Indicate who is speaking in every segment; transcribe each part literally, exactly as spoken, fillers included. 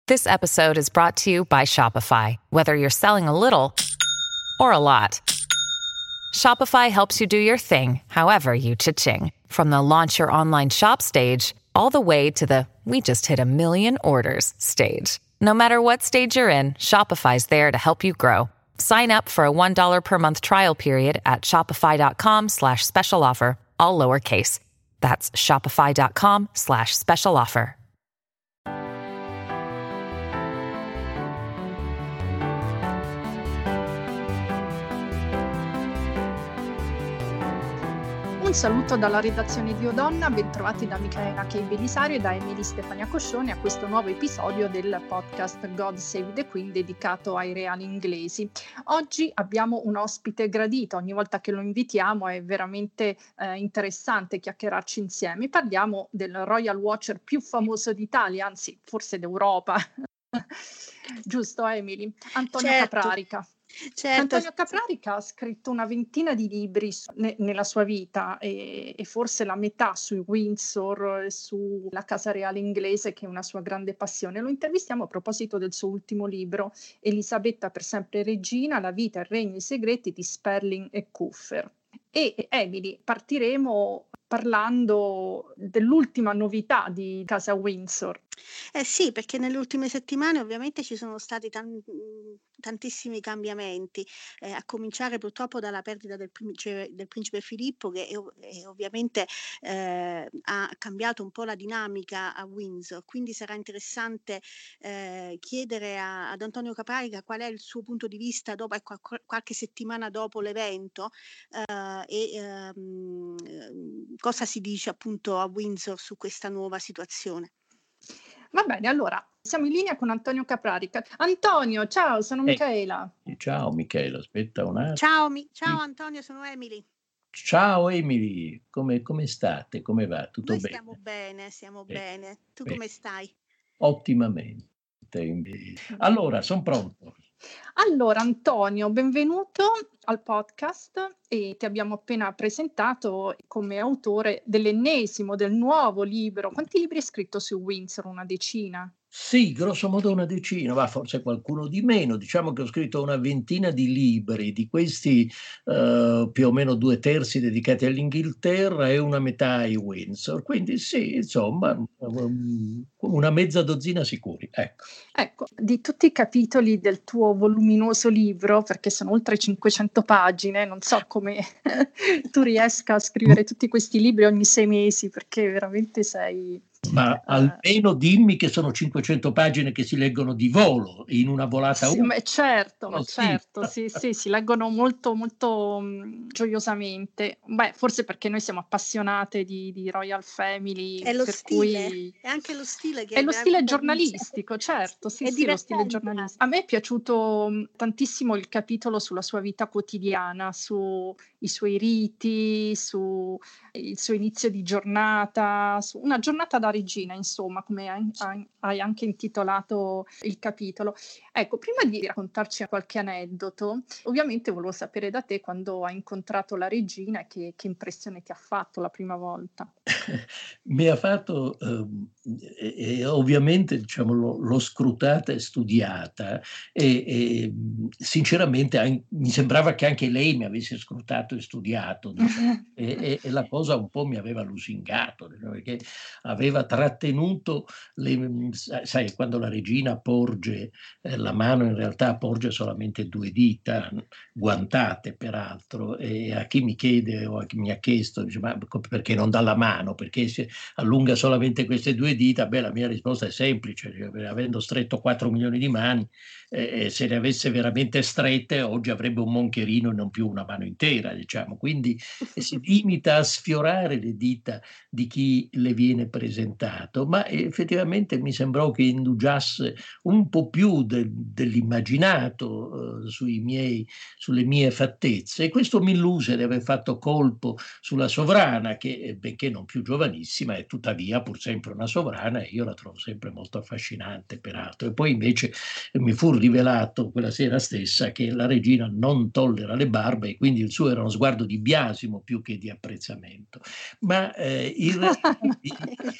Speaker 1: This episode is brought to you by Shopify. Whether you're selling a little or a lot, Shopify helps you do your thing, however you cha-ching. From the launch your online shop stage, all the way to the we just hit a million orders stage. No matter what stage you're in, Shopify's there to help you grow. Sign up for a one dollar per month trial period at shopify.com slash special offer, all lowercase. That's shopify.com slash special offer.
Speaker 2: Un saluto dalla redazione di Odonna, bentrovati da Micaela Kei Belisario e da Emily Stefania Coscioni a questo nuovo episodio del podcast God Save the Queen dedicato ai reali inglesi. Oggi abbiamo un ospite gradito, ogni volta che lo invitiamo è veramente eh, interessante chiacchierarci insieme. Parliamo del Royal Watcher più famoso d'Italia, anzi forse d'Europa. Giusto Emily? Antonio
Speaker 3: Certo.
Speaker 2: Caprarica.
Speaker 3: Certo.
Speaker 2: Antonio Caprarica ha scritto una ventina di libri su, ne, nella sua vita e, e forse la metà sui Windsor e sulla casa reale inglese, che è una sua grande passione. Lo intervistiamo a proposito del suo ultimo libro, Elisabetta per sempre regina, la vita, il regno e i segreti di Sperling e Cuffer. E Emily, partiremo parlando dell'ultima novità di casa Windsor.
Speaker 3: Eh sì, perché nelle ultime settimane ovviamente ci sono stati tan- tantissimi cambiamenti, eh, a cominciare purtroppo dalla perdita del principe, del principe Filippo, che è, è ovviamente eh, ha cambiato un po' la dinamica a Windsor, quindi sarà interessante eh, chiedere a, ad Antonio Caprarica qual è il suo punto di vista dopo, ecco, qualche settimana dopo l'evento eh, e ehm, cosa si dice appunto a Windsor su questa nuova situazione.
Speaker 2: Va bene, allora siamo in linea con Antonio Caprarica. Antonio, ciao, sono Micaela.
Speaker 4: Eh, ciao Micaela, aspetta un attimo.
Speaker 3: Ciao, mi- ciao Antonio, sono Emily.
Speaker 4: Ciao Emily, come, come state? Come va? Tutto
Speaker 3: Noi
Speaker 4: bene?
Speaker 3: stiamo bene, stiamo
Speaker 4: Eh,
Speaker 3: bene. Tu
Speaker 4: bene.
Speaker 3: come stai?
Speaker 4: Ottimamente. Allora, sono pronto.
Speaker 2: Allora Antonio, benvenuto al podcast e ti abbiamo appena presentato come autore dell'ennesimo, del nuovo libro. Quanti libri hai scritto su Windsor? Una decina?
Speaker 4: Sì, grosso modo una decina, ma forse qualcuno di meno. Diciamo che ho scritto una ventina di libri, di questi eh, più o meno due terzi dedicati all'Inghilterra e una metà ai Windsor. Quindi sì, insomma, um, una mezza dozzina sicuri. Ecco.
Speaker 2: Ecco, di tutti i capitoli del tuo voluminoso libro, perché sono oltre cinquecento pagine, non so come tu riesca a scrivere tutti questi libri ogni sei mesi, perché veramente sei...
Speaker 4: Ma almeno dimmi che sono cinquecento pagine che si leggono di volo, in una volata
Speaker 2: Sì,
Speaker 4: unica.
Speaker 2: ma certo,
Speaker 4: No,
Speaker 2: ma
Speaker 4: sì.
Speaker 2: certo, sì, sì, si leggono molto, molto mh, gioiosamente. Beh, forse perché noi siamo appassionate di, di Royal Family,
Speaker 3: È lo
Speaker 2: per
Speaker 3: stile,
Speaker 2: cui...
Speaker 3: è anche lo stile che
Speaker 2: È lo stile
Speaker 3: veramente
Speaker 2: giornalistico, certo, sì,
Speaker 3: è
Speaker 2: sì, lo stile
Speaker 3: divertente
Speaker 2: giornalistico. A me è piaciuto mh, tantissimo il capitolo sulla sua vita quotidiana, sui suoi riti, su il suo inizio di giornata, su una giornata da regina, insomma, come hai, hai- hai anche intitolato il capitolo. Ecco, prima di raccontarci qualche aneddoto, ovviamente volevo sapere da te quando hai incontrato la regina, che, che impressione ti ha fatto la prima volta.
Speaker 4: Mi ha fatto, ehm, e, e ovviamente diciamo, l'ho, l'ho scrutata e studiata e, e mh, sinceramente an- mi sembrava che anche lei mi avesse scrutato e studiato, diciamo, e, e- e la cosa un po' mi aveva lusingato, diciamo, perché aveva trattenuto, le, mh, sa- sai, quando la regina porge eh, la mano, in realtà porge solamente due dita, guantate peraltro, e a chi mi chiede o a chi mi ha chiesto, dice, ma perché non dà la mano, perché si allunga solamente queste due dita? Beh, la mia risposta è semplice, cioè, avendo stretto quattro milioni di mani, eh, se le avesse veramente strette oggi avrebbe un moncherino e non più una mano intera, diciamo, quindi eh, si limita a sfiorare le dita di chi le viene presentato, ma effettivamente mi sembrò che indugiasse un po' più de, dell'immaginato eh, sui miei sulle mie fattezze, e questo mi illuse di aver fatto colpo sulla sovrana che, benché non più giovanissima, è tuttavia pur sempre una sovrana sovrana, e io la trovo sempre molto affascinante peraltro. E poi invece mi fu rivelato quella sera stessa che la regina non tollera le barbe e quindi il suo era uno sguardo di biasimo più che di apprezzamento. Ma eh, in realtà di,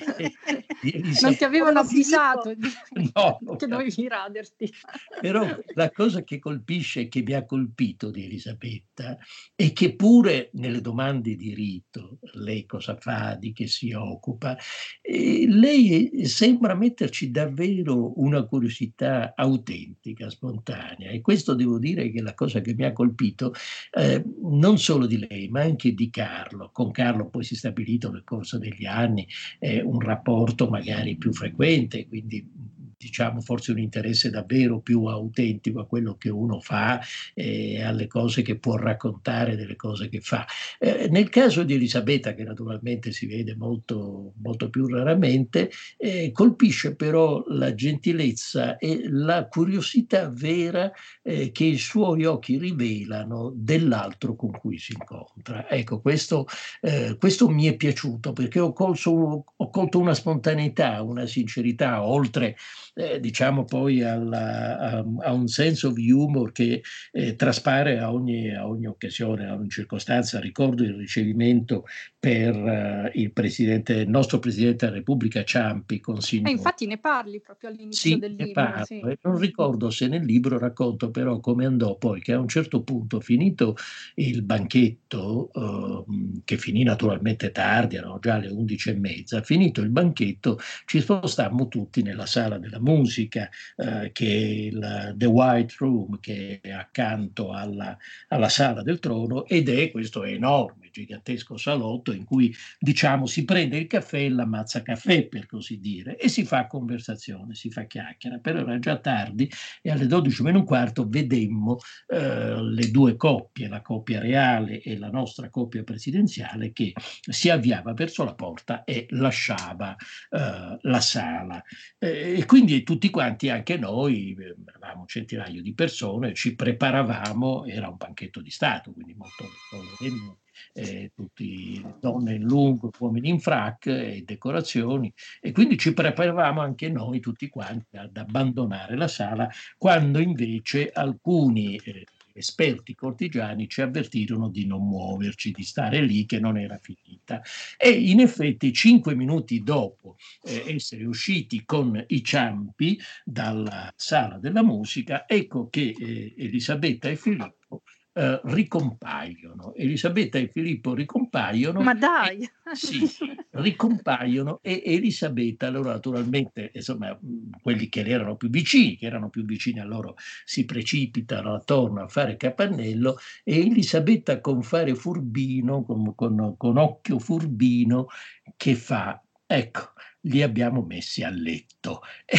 Speaker 2: di non ti avevano avvisato di...
Speaker 4: no,
Speaker 2: che dovevi raderti.
Speaker 4: Però la cosa che colpisce e che mi ha colpito di Elisabetta è che pure nelle domande di rito, lei cosa fa, di che si occupa, eh, lei sembra metterci davvero una curiosità autentica, spontanea, e questo devo dire che è la cosa che mi ha colpito, eh, non solo di lei ma anche di Carlo. Con Carlo poi si è stabilito nel corso degli anni eh, un rapporto magari più frequente, quindi diciamo forse un interesse davvero più autentico a quello che uno fa e eh, alle cose che può raccontare delle cose che fa. Eh, nel caso di Elisabetta, che naturalmente si vede molto, molto più raramente, eh, colpisce però la gentilezza e la curiosità vera eh, che i suoi occhi rivelano dell'altro con cui si incontra. Ecco, questo, eh, questo mi è piaciuto perché ho colto, ho colto una spontaneità, una sincerità, oltre Eh, diciamo poi alla, a, a un sense of humor che eh, traspare a ogni, a ogni occasione, a ogni circostanza. Ricordo il ricevimento per uh, il presidente, il nostro Presidente della Repubblica Ciampi con Signor.
Speaker 2: E infatti ne parli proprio all'inizio
Speaker 4: sì,
Speaker 2: del
Speaker 4: ne
Speaker 2: libro.
Speaker 4: parlo.
Speaker 2: Sì.
Speaker 4: E non ricordo se nel libro racconto però come andò poi, che a un certo punto, finito il banchetto, uh, che finì naturalmente tardi, erano già le undici e mezza, finito il banchetto ci spostammo tutti nella sala della musica, eh, che è il The White Room, che è accanto alla, alla sala del trono, ed è questo enorme, gigantesco salotto in cui diciamo si prende il caffè e l'ammazza caffè, per così dire, e si fa conversazione, si fa chiacchiera. Però era già tardi e alle dodici meno un quarto vedemmo eh, le due coppie, la coppia reale e la nostra coppia presidenziale, che si avviava verso la porta e lasciava eh, la sala. Eh, e quindi tutti quanti, anche noi, eravamo un centinaio di persone, ci preparavamo, era un banchetto di Stato, quindi molto solenne, eh, tutti donne in lungo, uomini in frac e decorazioni, e quindi ci preparavamo anche noi tutti quanti ad abbandonare la sala, quando invece alcuni eh, esperti cortigiani ci avvertirono di non muoverci, di stare lì, che non era finita. E in effetti cinque minuti dopo eh, essere usciti con i Ciampi dalla sala della musica, ecco che eh, Elisabetta e Filippo Uh, ricompaiono. Elisabetta e Filippo ricompaiono.
Speaker 2: Ma dai!
Speaker 4: E, sì, ricompaiono, e Elisabetta, loro naturalmente, insomma, quelli che le erano più vicini, che erano più vicini a loro, si precipitano attorno a fare capannello, e Elisabetta con fare furbino, con, con, con occhio furbino, che fa? Ecco, li abbiamo messi a letto.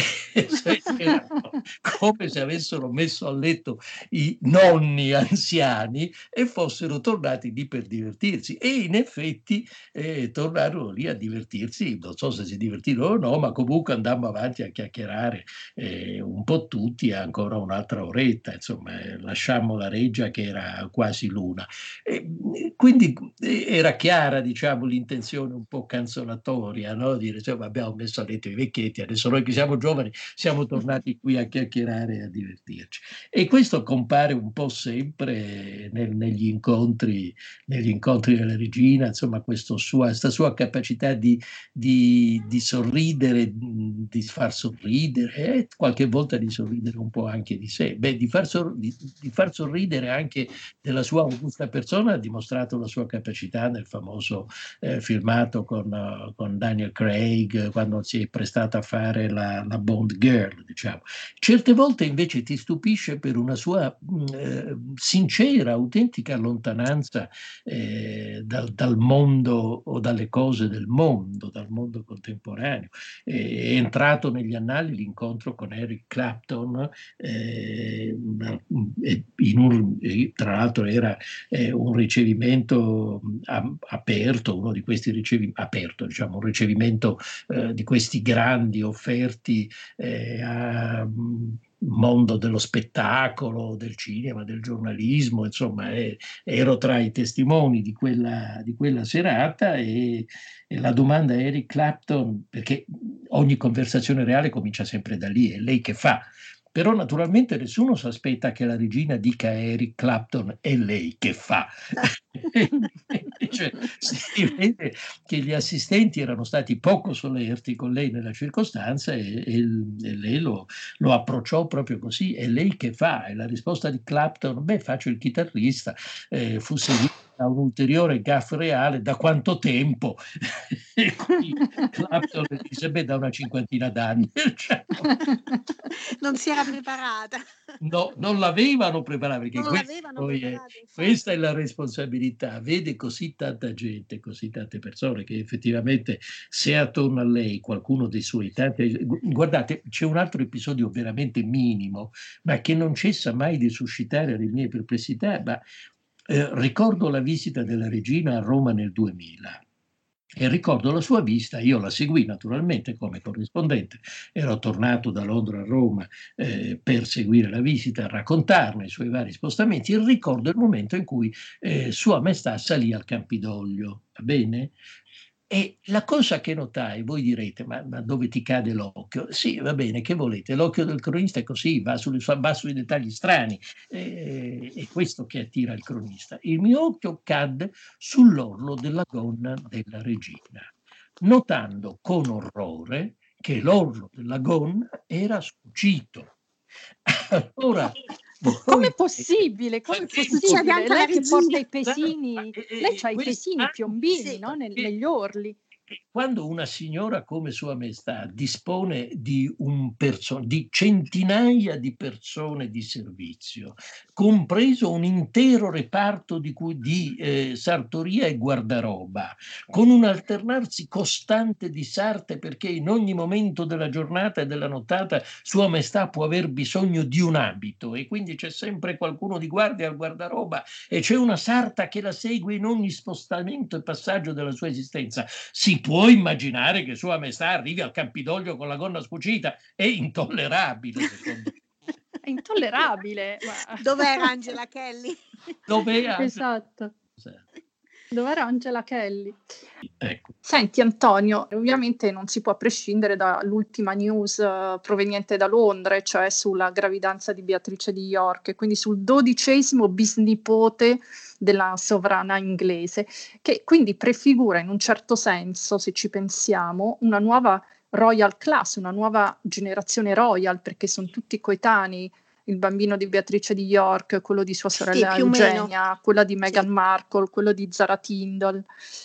Speaker 4: Come se avessero messo a letto i nonni anziani e fossero tornati lì per divertirsi. E in effetti eh, tornarono lì a divertirsi, non so se si divertirono o no, ma comunque andammo avanti a chiacchierare eh, un po' tutti, ancora un'altra oretta, insomma, eh, lasciammo la reggia che era quasi l'una. E, quindi eh, era chiara, diciamo, l'intenzione un po' canzonatoria, no? Dire, cioè, abbiamo messo a letto i vecchietti, adesso noi che siamo giovani siamo tornati qui a chiacchierare e a divertirci. E questo compare un po' sempre nel, negli incontri, negli incontri della regina, insomma, questa sua, sua capacità di, di, di sorridere, di far sorridere, e qualche volta di sorridere un po' anche di sé. Beh, di far, sor, di, di far sorridere anche della sua augusta persona ha dimostrato la sua capacità nel famoso eh, filmato con, uh, con Daniel Craig, quando si è prestata a fare la, la Bond Girl, diciamo. Certe volte invece ti stupisce per una sua eh, sincera, autentica lontananza eh, dal, dal mondo o dalle cose del mondo, dal mondo contemporaneo. È entrato negli annali l'incontro con Eric Clapton, eh, in un, tra l'altro era eh, un ricevimento a, aperto, uno di questi ricevimenti, aperto, diciamo, un ricevimento eh, di questi grandi offerti eh, a mondo dello spettacolo, del cinema, del giornalismo, insomma, eh, ero tra i testimoni di quella, di quella serata e, e la domanda è Eric Clapton, perché ogni conversazione reale comincia sempre da lì, è lei che fa. Però naturalmente nessuno si aspetta che la regina dica a Eric Clapton è lei che fa. Cioè, si vede che gli assistenti erano stati poco solerti con lei nella circostanza e, e, e lei lo, lo approcciò proprio così, è lei che fa. E la risposta di Clapton, beh, faccio il chitarrista, eh, fu seguita da un ulteriore gaff reale, da quanto tempo? E qui Clapton disse, beh, da una cinquantina d'anni. Cioè,
Speaker 3: non si era preparata.
Speaker 4: No, non l'avevano preparata, perché
Speaker 3: non
Speaker 4: questa,
Speaker 3: l'avevano
Speaker 4: poi è,
Speaker 3: preparata,
Speaker 4: questa è la responsabilità. Vede così tanta gente, così tante persone, che effettivamente se attorno a lei qualcuno dei suoi tanti... Guardate, c'è un altro episodio veramente minimo, ma che non cessa mai di suscitare le mie perplessità, ma eh, ricordo la visita della regina a Roma nel duemila. E ricordo la sua vista, io la seguì naturalmente come corrispondente, ero tornato da Londra a Roma eh, per seguire la visita, raccontarne i suoi vari spostamenti, e ricordo il momento in cui eh, Sua Maestà salì al Campidoglio, va bene? E la cosa che notai, voi direte, ma, ma dove ti cade l'occhio? Sì, va bene, che volete? L'occhio del cronista è così, va, sulle, va sui dettagli strani, eh, è questo che attira il cronista. Il mio occhio cadde sull'orlo della gonna della regina, notando con orrore che l'orlo della gonna era scucito. Allora...
Speaker 2: Come è possibile? Come è possibile? Lei che porta i pesini,
Speaker 4: no, eh, eh,
Speaker 2: lei ha i pesini
Speaker 4: ah,
Speaker 2: piombini,
Speaker 4: sì,
Speaker 2: no? Nel,
Speaker 4: eh,
Speaker 2: negli orli.
Speaker 4: Quando una signora come Sua Maestà dispone di, un perso- di centinaia di persone di servizio, compreso un intero reparto di, cui, di eh, sartoria e guardaroba, con un alternarsi costante di sarte, perché in ogni momento della giornata e della nottata Sua Maestà può aver bisogno di un abito, e quindi c'è sempre qualcuno di guardia al guardaroba e c'è una sarta che la segue in ogni spostamento e passaggio della sua esistenza. Si può immaginare che Sua Maestà arrivi al Campidoglio con la gonna scucita? È intollerabile, secondo me.
Speaker 2: È intollerabile. Ma...
Speaker 3: Dov'era Angela Kelly?
Speaker 2: Dov'era? Esatto. Dov'era Angela Kelly?
Speaker 4: Ecco.
Speaker 2: Senti Antonio, ovviamente non si può prescindere dall'ultima news uh, proveniente da Londra, cioè sulla gravidanza di Beatrice di York, e quindi sul dodicesimo bisnipote della sovrana inglese, che quindi prefigura in un certo senso, se ci pensiamo, una nuova royal class, una nuova generazione royal, perché sono tutti coetanei. Il bambino di Beatrice di York, quello di sua sorella
Speaker 3: sì,
Speaker 2: Eugenia, quella di Meghan sì. Markle, quello di Zara Tindall.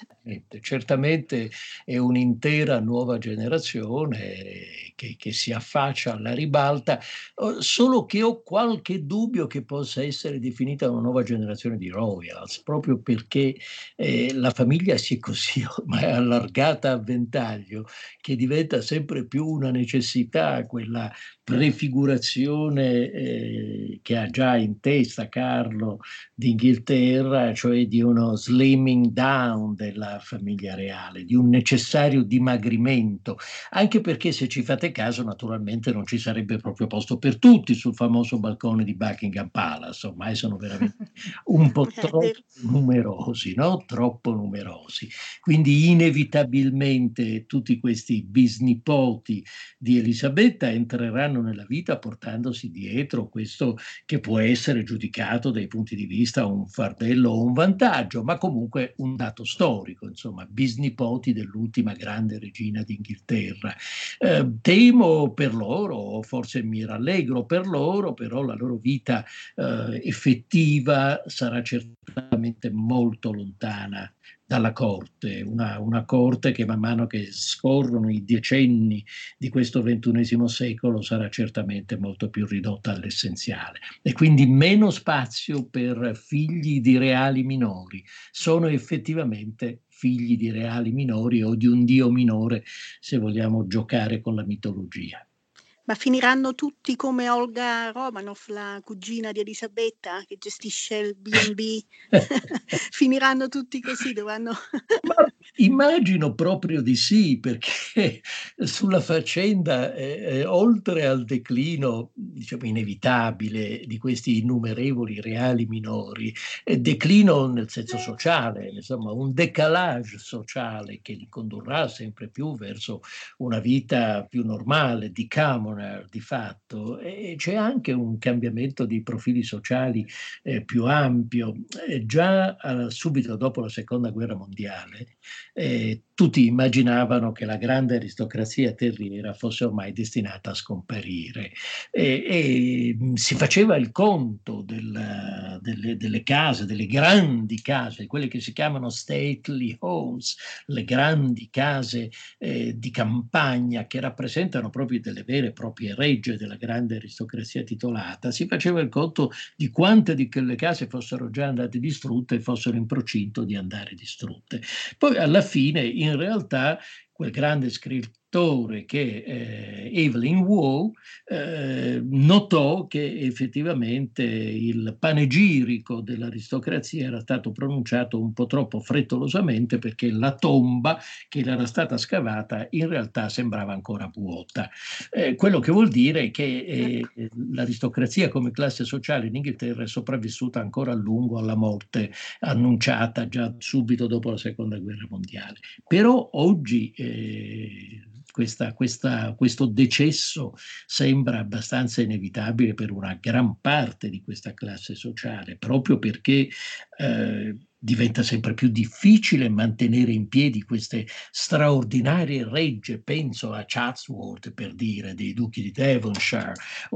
Speaker 4: Certamente è un'intera nuova generazione che, che si affaccia alla ribalta, solo che ho qualche dubbio che possa essere definita una nuova generazione di royals, proprio perché eh, la famiglia si è così ormai allargata a ventaglio che diventa sempre più una necessità quella prefigurazione eh, che ha già in testa Carlo d'Inghilterra, cioè di uno slimming down della famiglia reale, di un necessario dimagrimento, anche perché se ci fate caso naturalmente non ci sarebbe proprio posto per tutti sul famoso balcone di Buckingham Palace, ormai sono veramente un po' troppo numerosi, no? Troppo numerosi. Quindi inevitabilmente tutti questi bisnipoti di Elisabetta entreranno nella vita portandosi dietro questo che può essere giudicato dai punti di vista un fardello o un vantaggio, ma comunque un dato storico, insomma, bisnipoti dell'ultima grande regina d'Inghilterra. Eh, temo per loro, o forse mi rallegro per loro, però la loro vita eh, effettiva sarà certamente molto lontana dalla corte, una, una corte che man mano che scorrono i decenni di questo ventunesimo secolo sarà certamente molto più ridotta all'essenziale, e quindi meno spazio per figli di reali minori. Sono effettivamente figli di reali minori o di un dio minore, se vogliamo giocare con la mitologia.
Speaker 3: Ma finiranno tutti come Olga Romanov, la cugina di Elisabetta, che gestisce il B and B? Finiranno tutti così, dovranno...
Speaker 4: Ma Immagino proprio di sì, perché sulla faccenda, eh, eh, oltre al declino, diciamo, inevitabile di questi innumerevoli reali minori, eh, declino nel senso sociale, insomma, un decalage sociale che li condurrà sempre più verso una vita più normale, di commoner di fatto, e c'è anche un cambiamento di profili sociali eh, più ampio. Eh, già eh, subito dopo la seconda guerra mondiale, eh, tutti immaginavano che la grande aristocrazia terriera fosse ormai destinata a scomparire e, e mh, si faceva il conto del- delle, delle case, delle grandi case, quelle che si chiamano stately homes, le grandi case eh, di campagna che rappresentano proprio delle vere e proprie regge della grande aristocrazia titolata. Si faceva il conto di quante di quelle case fossero già andate distrutte e fossero in procinto di andare distrutte. Poi alla fine, in realtà, quel grande scrittore che eh, Evelyn Waugh eh, notò che effettivamente il panegirico dell'aristocrazia era stato pronunciato un po' troppo frettolosamente, perché la tomba che era stata scavata in realtà sembrava ancora vuota. Eh, quello che vuol dire che eh, l'aristocrazia come classe sociale in Inghilterra è sopravvissuta ancora a lungo alla morte annunciata già subito dopo la seconda guerra mondiale. Però oggi eh, questa, questa, questo decesso sembra abbastanza inevitabile per una gran parte di questa classe sociale, proprio perché eh, diventa sempre più difficile mantenere in piedi queste straordinarie regge. Penso a Chatsworth, per dire, dei duchi di Devonshire,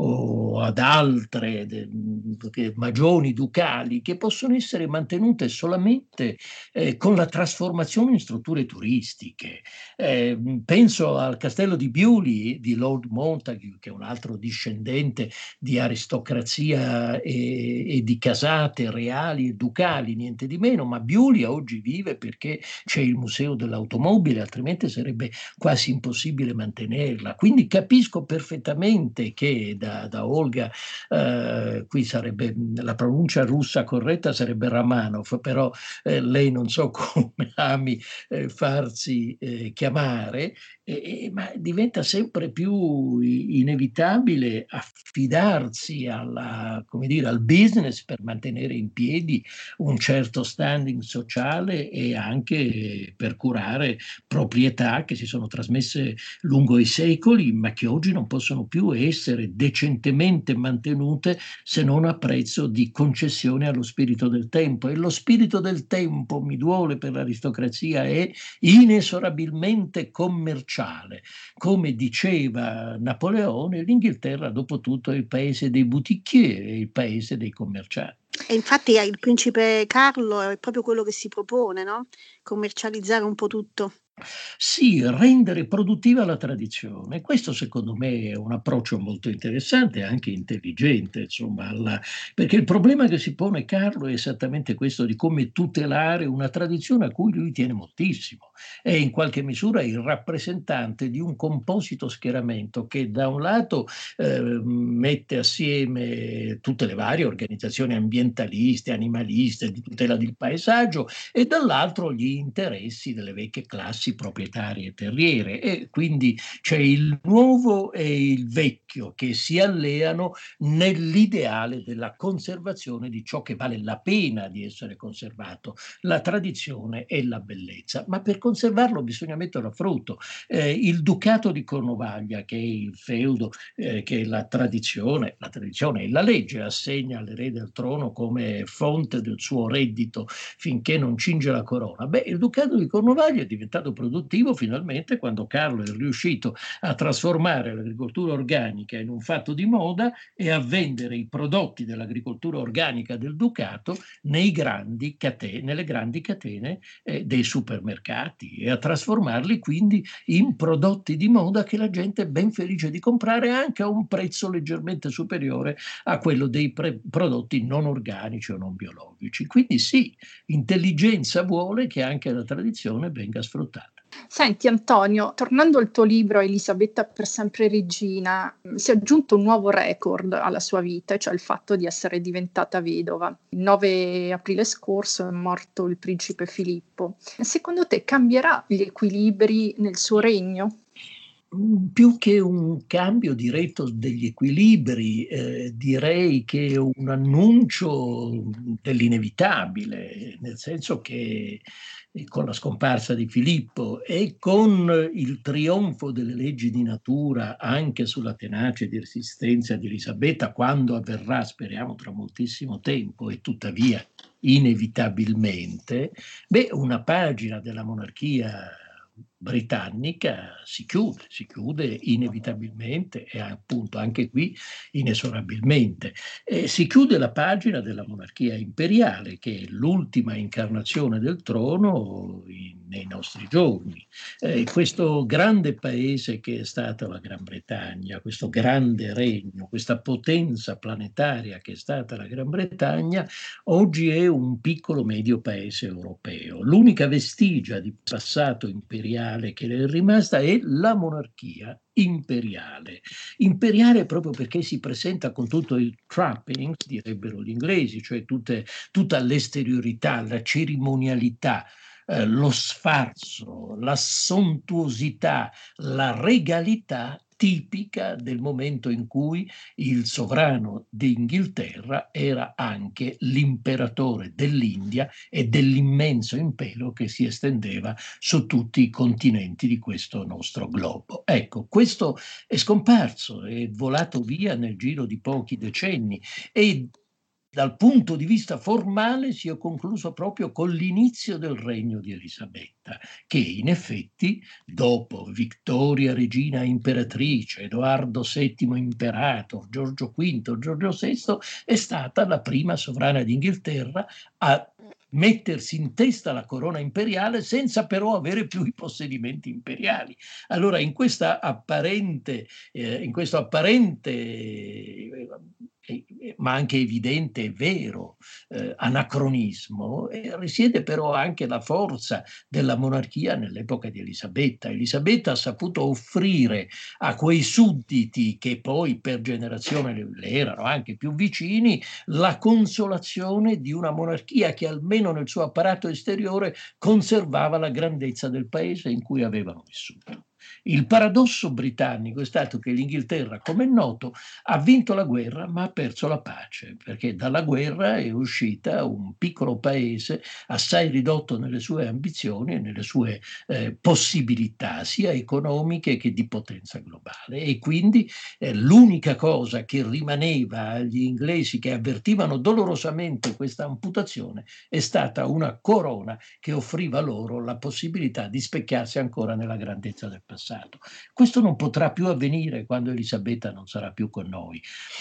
Speaker 4: o ad altre de, de, magioni ducali, che possono essere mantenute solamente eh, con la trasformazione in strutture turistiche. Eh, penso al castello di Beaulieu di Lord Montagu, che è un altro discendente di aristocrazia e, e di casate reali e ducali, niente di meno, ma Beaulieu oggi vive perché c'è il museo dell'automobile, altrimenti sarebbe quasi impossibile mantenerla. Quindi capisco perfettamente che da, da Olga, eh, qui sarebbe la pronuncia russa corretta, sarebbe Ramanov, però eh, lei non so come ami eh, farsi eh, chiamare, eh, ma diventa sempre più inevitabile affidarsi alla, come dire, al business per mantenere in piedi un certo standing sociale e anche per curare proprietà che si sono trasmesse lungo i secoli, ma che oggi non possono più essere decentemente mantenute se non a prezzo di concessione allo spirito del tempo. E lo spirito del tempo, mi duole per l'aristocrazia, è inesorabilmente commerciale. Come diceva Napoleone, l'Inghilterra dopo tutto è il paese dei boutiquier, è il paese dei commercianti.
Speaker 3: E infatti il principe Carlo è proprio quello che si propone, no? Commercializzare un po' tutto.
Speaker 4: Sì, rendere produttiva la tradizione. Questo secondo me è un approccio molto interessante e anche intelligente, insomma, alla... perché il problema che si pone Carlo è esattamente questo, di come tutelare una tradizione a cui lui tiene moltissimo. È in qualche misura il rappresentante di un composito schieramento che da un lato eh, mette assieme tutte le varie organizzazioni ambientaliste, animaliste, di tutela del paesaggio, e dall'altro gli interessi delle vecchie classi proprietarie terriere, e quindi c'è il nuovo e il vecchio che si alleano nell'ideale della conservazione di ciò che vale la pena di essere conservato, la tradizione e la bellezza. Ma per conservarlo bisogna metterlo a frutto. Eh, il Ducato di Cornovaglia, che è il feudo, eh, che è la tradizione, la tradizione e la legge assegna all'erede al trono come fonte del suo reddito finché non cinge la corona. Beh, il Ducato di Cornovaglia è diventato produttivo finalmente quando Carlo è riuscito a trasformare l'agricoltura organica in un fatto di moda e a vendere i prodotti dell'agricoltura organica del Ducato nei grandi catene, nelle grandi catene eh, dei supermercati, e a trasformarli quindi in prodotti di moda che la gente è ben felice di comprare anche a un prezzo leggermente superiore a quello dei pre- prodotti non organici o non biologici. Quindi sì, intelligenza vuole che anche la tradizione venga sfruttata.
Speaker 2: Senti Antonio, tornando al tuo libro Elisabetta per sempre regina, si è aggiunto un nuovo record alla sua vita, cioè il fatto di essere diventata vedova. Il nove aprile scorso è morto il principe Filippo. Secondo te cambierà gli equilibri nel suo regno?
Speaker 4: Più che un cambio diretto degli equilibri, eh, direi che è un annuncio dell'inevitabile, nel senso che con la scomparsa di Filippo e con il trionfo delle leggi di natura anche sulla tenace di resistenza di Elisabetta, quando avverrà, speriamo tra moltissimo tempo, e tuttavia inevitabilmente, beh, una pagina della monarchia britannica si chiude, si chiude inevitabilmente e appunto anche qui inesorabilmente. E si chiude la pagina della monarchia imperiale, che è l'ultima incarnazione del trono in, nei nostri giorni. Eh, questo grande paese che è stata la Gran Bretagna, questo grande regno, questa potenza planetaria che è stata la Gran Bretagna, oggi è un piccolo medio paese europeo. L'unica vestigia di passato imperiale che le è rimasta è la monarchia imperiale. Imperiale proprio perché si presenta con tutto il trappings, direbbero gli inglesi, cioè tutte, tutta l'esteriorità, la cerimonialità, eh, lo sfarzo, la sontuosità, la regalità tipica del momento in cui il sovrano d'Inghilterra era anche l'imperatore dell'India e dell'immenso impero che si estendeva su tutti i continenti di questo nostro globo. Ecco, questo è scomparso, è volato via nel giro di pochi decenni e dal punto di vista formale si è concluso proprio con l'inizio del regno di Elisabetta, che in effetti, dopo Vittoria regina imperatrice, Edoardo settimo imperator, Giorgio quinto, Giorgio sesto, è stata la prima sovrana d'Inghilterra a mettersi in testa la corona imperiale senza però avere più i possedimenti imperiali. Allora in questa apparente, eh, in questo apparente eh, ma anche evidente e vero eh, anacronismo, eh, risiede però anche la forza della monarchia nell'epoca di Elisabetta. Elisabetta ha saputo offrire a quei sudditi che poi per generazione le, le erano anche più vicini la consolazione di una monarchia che almeno nel suo apparato esteriore conservava la grandezza del paese in cui avevano vissuto. Il paradosso britannico è stato che l'Inghilterra, come è noto, ha vinto la guerra ma ha perso la pace, perché dalla guerra è uscita un piccolo paese assai ridotto nelle sue ambizioni e nelle sue eh, possibilità, sia economiche che di potenza globale. E quindi eh, l'unica cosa che rimaneva agli inglesi, che avvertivano dolorosamente questa amputazione, è stata una corona che offriva loro la possibilità di specchiarsi ancora nella grandezza del passato. Questo non potrà più avvenire quando Elisabetta non sarà più con noi,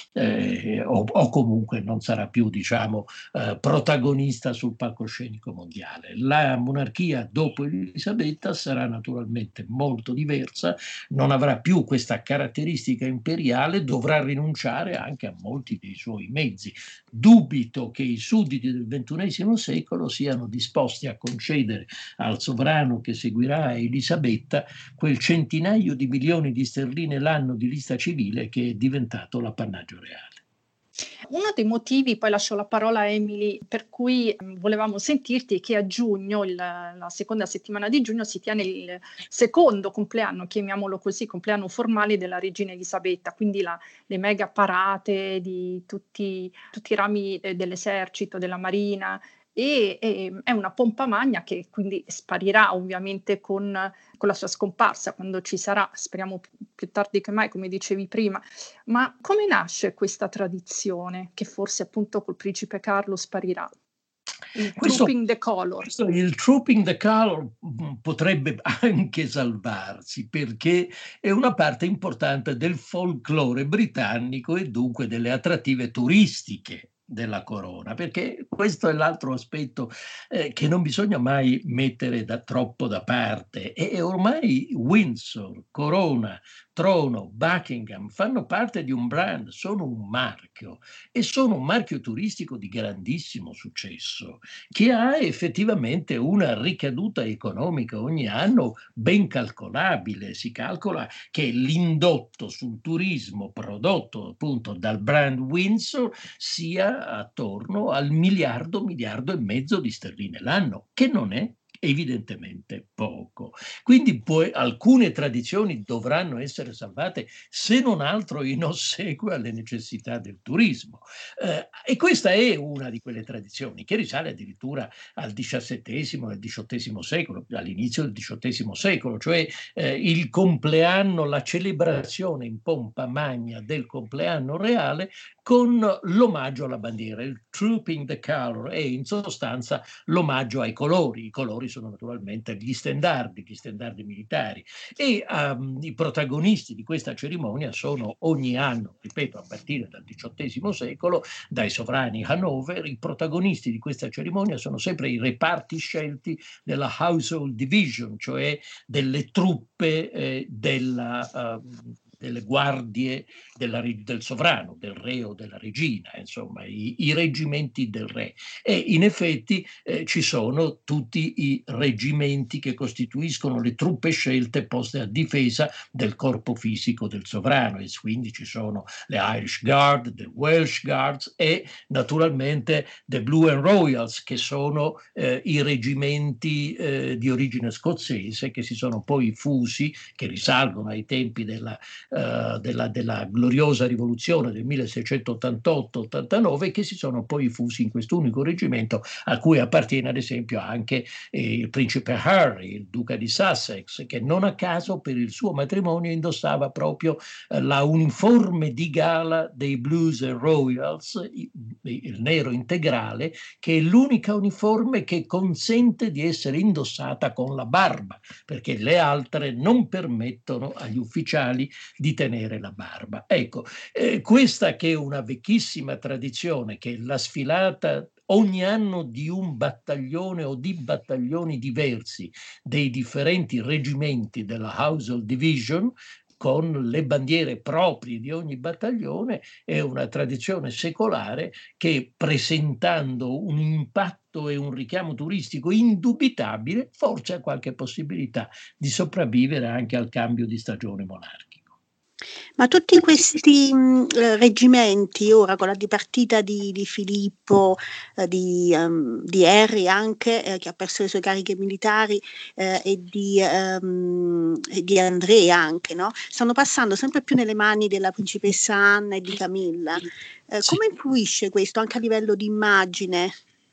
Speaker 4: eh, o, o comunque non sarà più, diciamo, eh, protagonista sul palcoscenico mondiale. La monarchia dopo Elisabetta sarà naturalmente molto diversa, non avrà più questa caratteristica imperiale, dovrà rinunciare anche a molti dei suoi mezzi. Dubito che i sudditi del ventunesimo secolo siano disposti a concedere al sovrano che seguirà Elisabetta quel centinaio di milioni di sterline l'anno di lista civile che è diventato l'appannaggio reale.
Speaker 2: Uno dei motivi, poi lascio la parola a Emily, per cui volevamo sentirti è che a giugno, il, la seconda settimana di giugno, si tiene il secondo compleanno, chiamiamolo così, compleanno formale della regina Elisabetta, quindi la, le mega parate di tutti, tutti i rami dell'esercito, della marina, e, e è una pompa magna che quindi sparirà ovviamente con, con la sua scomparsa, quando ci sarà, speriamo più tardi che mai, come dicevi prima. Ma come nasce questa tradizione che forse appunto col principe Carlo sparirà? Il
Speaker 4: questo,
Speaker 2: Trooping the Colour.
Speaker 4: Questo, il Trooping the Colour potrebbe anche salvarsi, perché è una parte importante del folklore britannico e dunque delle attrattive turistiche della corona, perché questo è l'altro aspetto eh, che non bisogna mai mettere da troppo da parte. E ormai Windsor, corona, trono, Buckingham, fanno parte di un brand, sono un marchio e sono un marchio turistico di grandissimo successo che ha effettivamente una ricaduta economica ogni anno ben calcolabile. Si calcola che l'indotto sul turismo prodotto appunto dal brand Windsor sia attorno al miliardo, miliardo e mezzo di sterline l'anno, che non è evidentemente poco. Quindi poi alcune tradizioni dovranno essere salvate, se non altro in ossequio alle necessità del turismo. Eh, e questa è una di quelle tradizioni che risale addirittura al diciassettesimo e al diciottesimo secolo, all'inizio del diciottesimo secolo, cioè eh, il compleanno, la celebrazione in pompa magna del compleanno reale con l'omaggio alla bandiera, il Trooping the Colour, è in sostanza l'omaggio ai colori. I colori sono naturalmente gli stendardi, gli stendardi militari, e um, i protagonisti di questa cerimonia sono ogni anno, ripeto, a partire dal diciottesimo secolo, dai sovrani Hanover. I protagonisti di questa cerimonia sono sempre i reparti scelti della Household Division, cioè delle truppe eh, della uh, delle guardie della, del sovrano, del re o della regina, insomma i, i reggimenti del re. E in effetti eh, ci sono tutti i reggimenti che costituiscono le truppe scelte poste a difesa del corpo fisico del sovrano, e quindi ci sono le Irish Guard, the Welsh Guards e naturalmente the Blue and Royals, che sono eh, i reggimenti eh, di origine scozzese che si sono poi fusi, che risalgono ai tempi della Uh, della, della gloriosa rivoluzione del milleseicentottantotto ottantanove, che si sono poi fusi in quest'unico reggimento, a cui appartiene ad esempio anche eh, il principe Harry, il duca di Sussex, che non a caso per il suo matrimonio indossava proprio eh, la uniforme di gala dei Blues and Royals, il, il nero integrale, che è l'unica uniforme che consente di essere indossata con la barba, perché le altre non permettono agli ufficiali di tenere la barba. Ecco, eh, questa che è una vecchissima tradizione, che è la sfilata ogni anno di un battaglione o di battaglioni diversi dei differenti reggimenti della Household Division, con le bandiere proprie di ogni battaglione, è una tradizione secolare che, presentando un impatto e un richiamo turistico indubitabile, forse ha qualche possibilità di sopravvivere anche al cambio di stagione monarchico.
Speaker 3: Ma tutti questi mh, reggimenti, ora con la dipartita di, di Filippo, eh, di, um, di Harry anche, eh, che ha perso le sue cariche militari, eh, e, di, um, e di Andrea anche, no? Stanno passando sempre più nelle mani della principessa Anna e di Camilla. Eh,
Speaker 4: Sì.
Speaker 3: Come influisce questo anche a livello di immagine?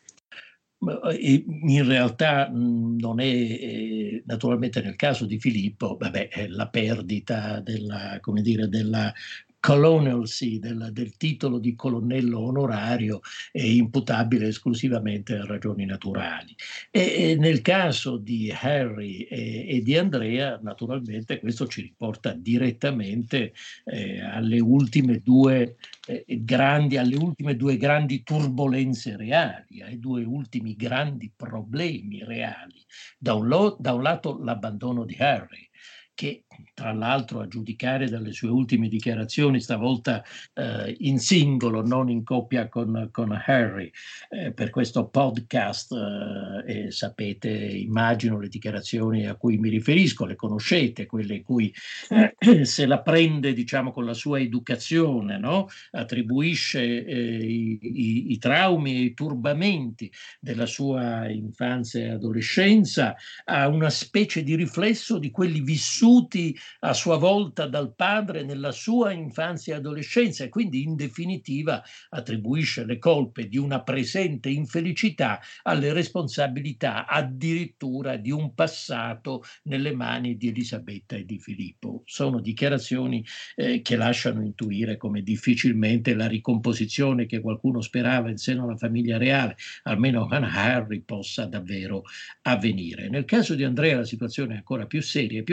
Speaker 4: In realtà non è, eh, naturalmente nel caso di Filippo, vabbè, la perdita della, come dire, della colonelcy, del, del titolo di colonnello onorario, è imputabile esclusivamente a ragioni naturali. E, e nel caso di Harry e, e di Andrea, naturalmente questo ci riporta direttamente eh, alle ultime due eh, grandi, alle ultime due grandi turbolenze reali, ai due ultimi grandi problemi reali. Da un, lo, da un lato l'abbandono di Harry, che tra l'altro, a giudicare dalle sue ultime dichiarazioni, stavolta eh, in singolo, non in coppia con, con Harry, eh, per questo podcast, eh, e sapete, immagino le dichiarazioni a cui mi riferisco, le conoscete, quelle in cui eh, se la prende, diciamo, con la sua educazione, no? Attribuisce eh, i, i, i traumi e i turbamenti della sua infanzia e adolescenza a una specie di riflesso di quelli vissuti a sua volta dal padre nella sua infanzia e adolescenza, e quindi in definitiva attribuisce le colpe di una presente infelicità alle responsabilità addirittura di un passato nelle mani di Elisabetta e di Filippo. Sono dichiarazioni eh, che lasciano intuire come difficilmente la ricomposizione che qualcuno sperava in seno alla famiglia reale, almeno con Harry, possa davvero avvenire. Nel caso di Andrea la situazione è ancora più seria e più grave,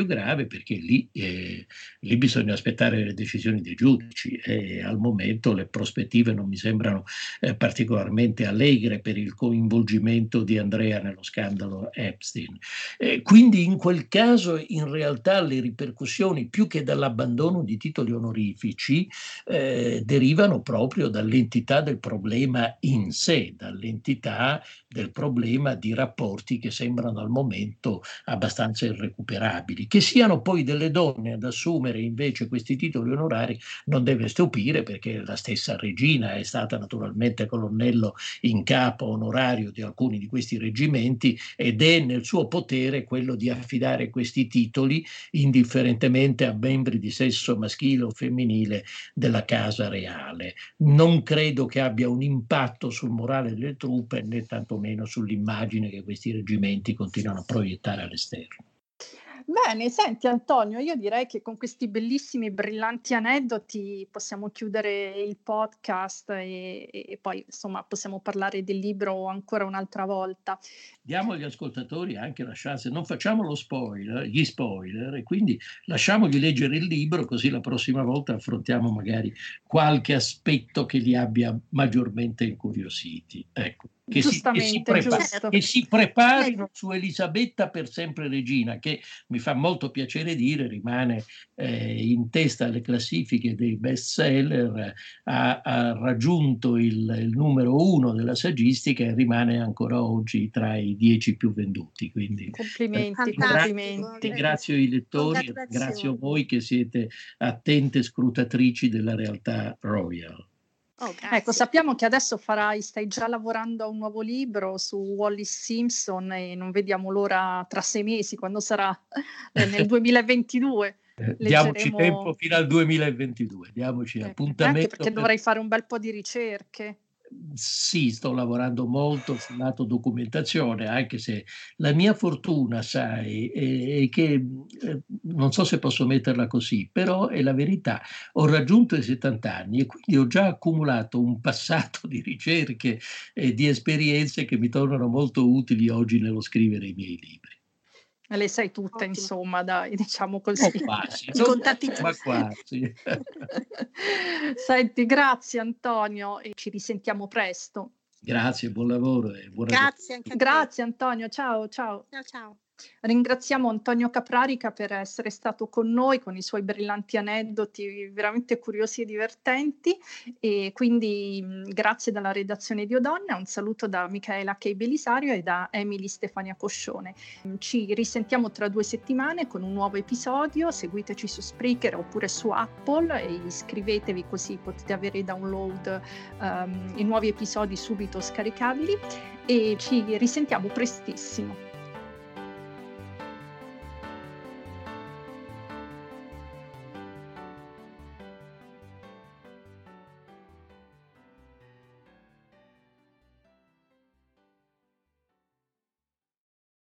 Speaker 4: perché lì, eh, lì bisogna aspettare le decisioni dei giudici e al momento le prospettive non mi sembrano eh, particolarmente allegre per il coinvolgimento di Andrea nello scandalo Epstein. Eh, quindi in quel caso in realtà le ripercussioni, più che dall'abbandono di titoli onorifici, eh, derivano proprio dall'entità del problema in sé, dall'entità del problema di rapporti che sembrano al momento abbastanza irrecuperabili. Che siano poi delle donne ad assumere invece questi titoli onorari non deve stupire, perché la stessa regina è stata naturalmente colonnello in capo onorario di alcuni di questi reggimenti ed è nel suo potere quello di affidare questi titoli indifferentemente a membri di sesso maschile o femminile della casa reale. Non credo che abbia un impatto sul morale delle truppe né tantomeno sull'immagine che questi reggimenti continuano a proiettare all'esterno.
Speaker 2: Bene, senti Antonio, io direi che con questi bellissimi, brillanti aneddoti possiamo chiudere il podcast e, e poi insomma possiamo parlare del libro ancora un'altra volta.
Speaker 4: Diamo agli ascoltatori anche la chance, non facciamo lo spoiler, gli spoiler, e quindi lasciamogli leggere il libro, così la prossima volta affrontiamo magari qualche aspetto che li abbia maggiormente incuriositi. Ecco. Che si, che, si prepa- che si preparino su Elisabetta per sempre regina, che mi fa molto piacere dire rimane eh, in testa alle classifiche dei best seller, ha, ha raggiunto il, il numero uno della saggistica e rimane ancora oggi tra i dieci più venduti. Quindi
Speaker 2: complimenti,
Speaker 4: eh,
Speaker 2: complimenti.
Speaker 4: Ringrazio i lettori, ringrazio voi che siete attente scrutatrici della realtà royal.
Speaker 2: Oh, ecco, sappiamo che adesso farai, stai già lavorando a un nuovo libro su Wallis Simpson e non vediamo l'ora tra sei mesi, quando sarà nel duemilaventidue.
Speaker 4: Eh, diamoci tempo fino al duemilaventidue, diamoci
Speaker 2: ecco,
Speaker 4: appuntamento.
Speaker 2: Anche perché
Speaker 4: per...
Speaker 2: dovrai fare un bel po' di ricerche.
Speaker 4: Sì, sto lavorando molto sul lato documentazione, anche se la mia fortuna, sai, è, è che, eh, non so se posso metterla così, però è la verità, ho raggiunto i settanta anni e quindi ho già accumulato un passato di ricerche e di esperienze che mi tornano molto utili oggi nello scrivere i miei libri.
Speaker 2: Le sai tutte, Ottimo. Insomma, dai, diciamo così.
Speaker 4: Oh, quasi,
Speaker 3: I contatti
Speaker 4: ma quasi.
Speaker 2: Senti, grazie Antonio e ci risentiamo presto.
Speaker 4: Grazie, buon lavoro e buona
Speaker 3: Grazie anche a te.
Speaker 2: Grazie Antonio, ciao ciao.
Speaker 3: Ciao ciao.
Speaker 2: Ringraziamo Antonio Caprarica per essere stato con noi con i suoi brillanti aneddoti veramente curiosi e divertenti e quindi mh, grazie dalla redazione di Odonna, un saluto da Michaela Kei Belisario e da Emily Stefania Coscione. Ci risentiamo tra due settimane con un nuovo episodio, seguiteci su Spreaker oppure su Apple e iscrivetevi così potete avere i download, um, i nuovi episodi subito scaricabili e ci risentiamo prestissimo.